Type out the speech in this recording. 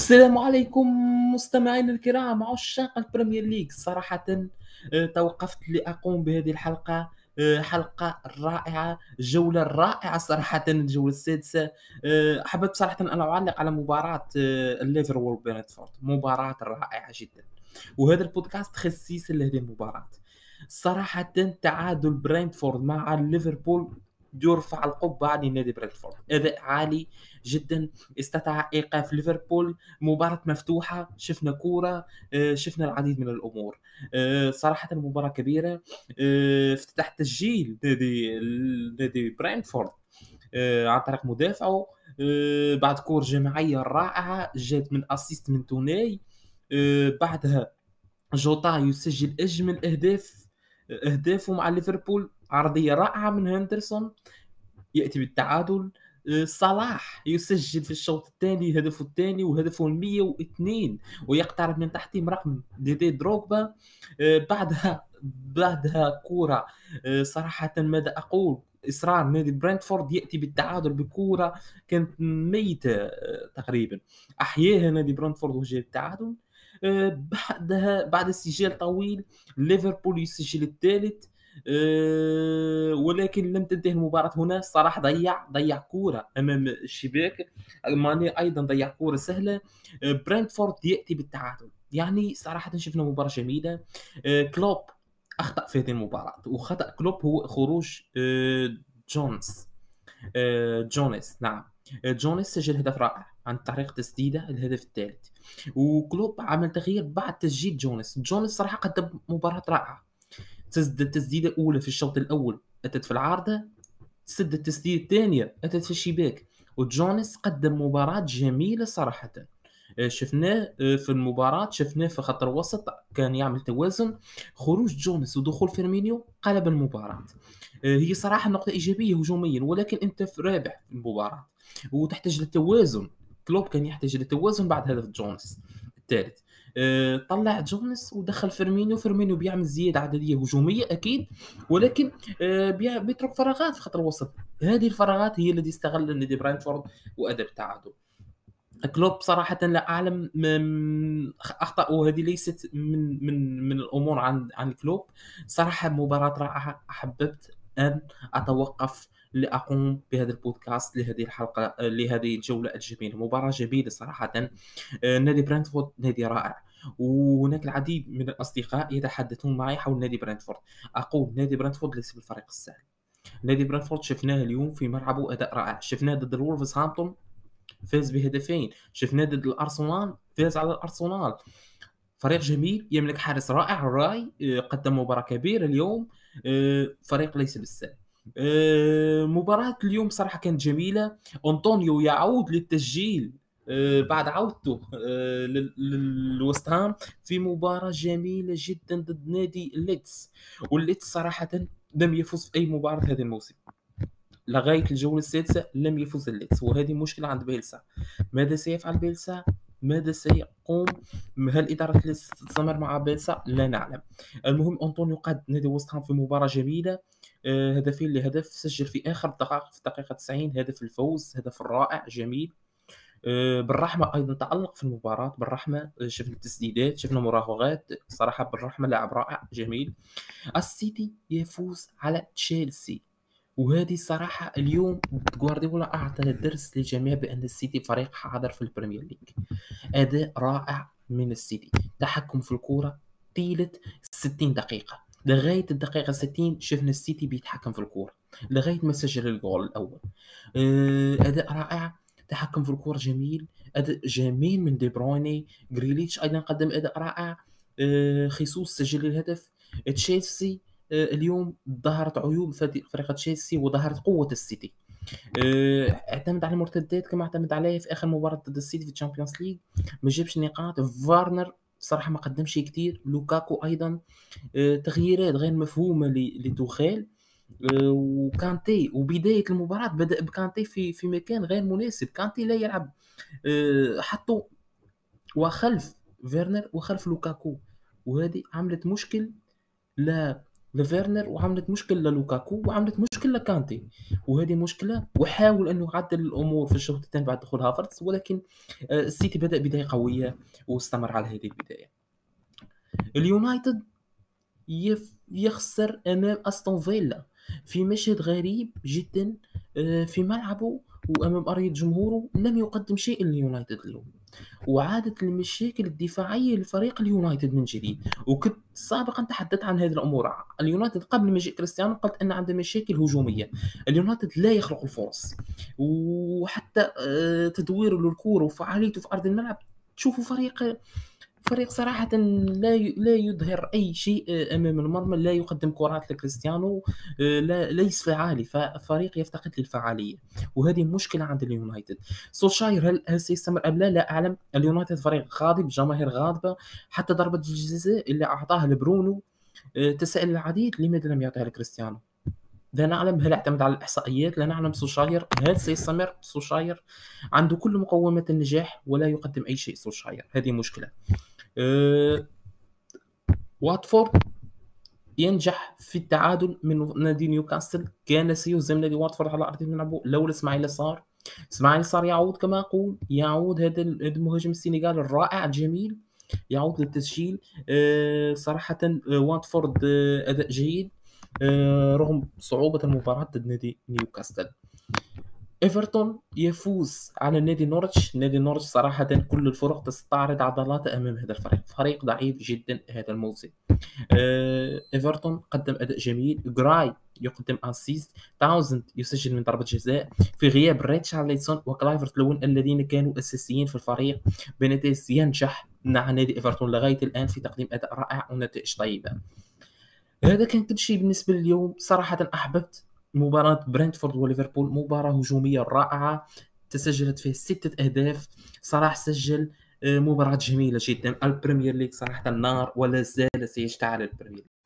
السلام عليكم مستمعينا الكرام عشاق البريمير ليج صراحة. توقفت لأقوم بهذه الحلقة. حلقة رائعة، جولة رائعة صراحة، الجولة السادسة. أحببت صراحة أن أعلق على مباراة الليفر وبرنتفورد، مباراة رائعة جدا، وهذا البودكاست خصيصا لهذه المباراة. صراحة تعادل برينتفورد مع ليفربول يرفع القبعة لنادي برينتفورد، أداء عالي جدا، استطاع إيقاف ليفربول. مباراة مفتوحة، شفنا كورة، شفنا العديد من الأمور. صراحة مباراة كبيرة. افتتح تسجيل نادي برينتفورد عن طريق مدافعه، بعد كور جماعية رائعة جات من أسيست من توناي. بعدها جوتا يسجل أجمل أهدافه مع ليفربول، عرضية رائعة من هندرسون يأتي بالتعادل. صلاح يسجل في الشوط الثاني هدفه الثاني وهدفه 102، ويقترب من تحتيم رقم ديدي دروغبا. بعدها كورة، صراحة ماذا أقول، إصرار نادي برنتفورد يأتي بالتعادل بكورة كانت ميتة تقريبا، أحياها نادي برنتفورد وجاب التعادل. بعد سجال طويل ليفربول يسجل الثالث. ولكن لم تنتهي المباراة هنا. صلاح ضيع كورة أمام الشباك، ماني أيضا ضيع كورة سهلة. برنتفورد يأتي بالتعادل. يعني صراحة شفنا مباراة جميلة. كلوب أخطأ في هذه المباراة، وخطأ كلوب هو خروج جونز جونيس. نعم، جونيس سجل هدف رائع عن طريق تسديده الهدف الثالث، وكلوب عمل تغيير بعد تسجيل جونيس صراحة قدم مباراة رائعة. سدد التسديده الاولى في الشوط الاول اتت في العارضه، سدد التسديده الثانيه اتت في الشباك، وجونيس قدم مباراه جميله صراحه. شفناه في المباراة، شفناه في خط الوسط كان يعمل توازن. خروج جونيس ودخول فيرمينيو قلب المباراة. هي صراحة نقطة إيجابية هجوميا، ولكن أنت رابح في المباراة وتحتاج للتوازن. كلوب كان يحتاج للتوازن بعد هدف جونيس الثالث. طلع جونيس ودخل فيرمينيو بيعمل زيادة عددية هجومية أكيد، ولكن بيترك فراغات في خط الوسط. هذه الفراغات هي التي استغل نادي برينتفورد وأدى بالتعادل. كلوب صراحة لا أعلم أخطأ، وهذه ليست من الأمور عن كلوب. صراحة مباراة رائعة، أحببت أن أتوقف لأقوم بهذا البودكاست لهذه الحلقة، لهذه الجولة الجميلة. مباراة جميلة صراحة. نادي برنتفورد نادي رائع، وهناك العديد من الأصدقاء يتحدثون معي حول نادي برنتفورد. أقول نادي برنتفورد ليس بالفريق السهل. نادي برنتفورد شفناه اليوم في ملعبه أداء رائع، شفناه ضد الولفرهامبتون فاز بهدفين، شفناه ضد الارسنال فاز على الارسنال. فريق جميل يملك حارس رائع راي، قدم مباراة كبيرة اليوم. فريق ليس بالسهل. مباراة اليوم صراحة كانت جميلة. أنطونيو يعود للتسجيل بعد عودته للوست هام في مباراة جميلة جدا ضد نادي الليتس. والليتس صراحة لم يفز في أي مباراة هذا الموسم لغاية الجولة السادسة، لم يفز الليتس، وهذه مشكلة عند بيلسا. ماذا سيفعل بيلسا؟ ماذا سيقوم؟ هل إدارة ليتس ستستمر مع بيلسا؟ لا نعلم. المهم أنطونيو قاد نادي وست هام في مباراة جميلة. هدفين لهدف، سجل في آخر دقائق في الدقيقة 90 هدف الفوز، هدف رائع جميل. بالرحمة أيضا تألق في المباراة. بالرحمة شفنا تسديدات، شفنا مراوغات، صراحة بالرحمة لاعب رائع جميل. السيتي يفوز على تشيلسي، وهذه الصراحة اليوم جوارديولا أعطى درس للجميع بأن السيتي فريق حاضر في البريمير ليج. أداء رائع من السيتي، تحكم في الكرة طيلة 60 دقيقة، لغاية الدقيقة 60 شفنا السيتي بيتحكم في الكرة لغاية ما سجل الجول الأول. أداء رائع، تحكم في الكرة جميل، أداء جميل من دي برويني. جريليتش أيضا قدم أداء رائع. خيسوس سجل الهدف. تشيلسي اليوم ظهرت عيوب فريق تشيلسي وظهرت قوة السيتي. اعتمد على المرتدات كما اعتمد عليه في اخر مباراة ضد السيتي في الشامبيونز ليج، ما جابش نقاط. فارنر صراحة ما قدمش كتير، لوكاكو ايضا تغييرات غير مفهومة لتوخيل. وكانتي، وبداية المباراة بدأ بكانتي في مكان غير مناسب. كانتي لا يلعب، حطه وخلف فيرنر وخلف لوكاكو، وهذه عملت مشكل. لا لفيرنر وعملت مشكل للوكاكو وعملت مشكل لكانتي، وهذه مشكلة. وحاول أنه يعدل الأمور في الشوط الثاني بعد دخول هافرتز، ولكن السيتي بدأ بداية قوية واستمر على هذه البداية. اليونايتد يخسر أمام أستون فيلا في مشهد غريب جدا، في ملعبه وأمام أرضية جمهوره لم يقدم شيء لليونايتد اليوم، وعادت المشاكل الدفاعية لفريق اليونايتد من جديد. وكنت سابقا تحدثت عن هذه الأمور. اليونايتد قبل مجيء كريستيانو قلت أن عنده مشاكل هجومية. اليونايتد لا يخلق الفرص، وحتى تدويره للكورة وفعاليته في أرض الملعب تشوفوا فريق صراحة لا يظهر أي شيء أمام المرمى، لا يقدم كرات لكريستيانو، لا ليس فعالي، ففريق يفتقد للفعالية، وهذه مشكلة عند اليونايتد. سولشاير هل سيستمر أم لا؟ لا أعلم. اليونايتد فريق غاضب، جماهير غاضبة، حتى ضربة الجزاء اللي أعطاها لبرونو تساءل العديد لماذا لم يعطيها لكريستيانو. لا نعلم هل اعتمد على الإحصائيات، لا نعلم سولشاير هل سيستمر. سولشاير عنده كل مقومات النجاح ولا يقدم أي شيء. سولشاير هذه مشكلة. أه واتفورد ينجح في التعادل من نادي نيوكاسل، كان سيهزم نادي واتفورد على ارض ملعبه لولا اسماعيل صار يعود كما اقول، يعود هذا المهاجم السنغالي الرائع الجميل يعود للتسجيل. صراحة واتفورد أداء جيد رغم صعوبة المباراة ضد نادي نيوكاسل. ايفرتون يفوز على نادي نورتش. نادي نورتش صراحة كل الفرق تستعرض عضلاتها أمام هذا الفريق، فريق ضعيف جدا هذا الموسم. ايفرتون قدم اداء جميل، جراي يقدم اسيست، تاوزند يسجل من ضربه جزاء في غياب ريتشارلسون وكلايفرت لوين الذين كانوا اساسيين في الفريق. بينيتيز ينجح مع نادي ايفرتون لغايه الان في تقديم اداء رائع ونتائج طيبه. هذا كان كل شيء بالنسبه لليوم. صراحه احببت مباراه برنتفورد وليفربول، مباراه هجوميه رائعه تسجلت فيه 6 أهداف. صلاح سجل. مباراة جميلة جدا. البريمير ليج صراحة النار ولا زال سيشتعل البريمير.